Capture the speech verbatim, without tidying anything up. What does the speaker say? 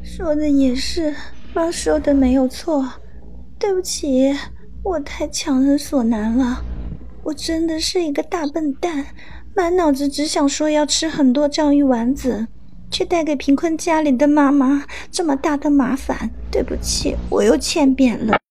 说的也是，妈说的没有错。对不起，我太强人所难了，我真的是一个大笨蛋，满脑子只想说要吃很多章鱼丸子，却带给贫困家里的妈妈这么大的麻烦。对不起，我又欠扁了。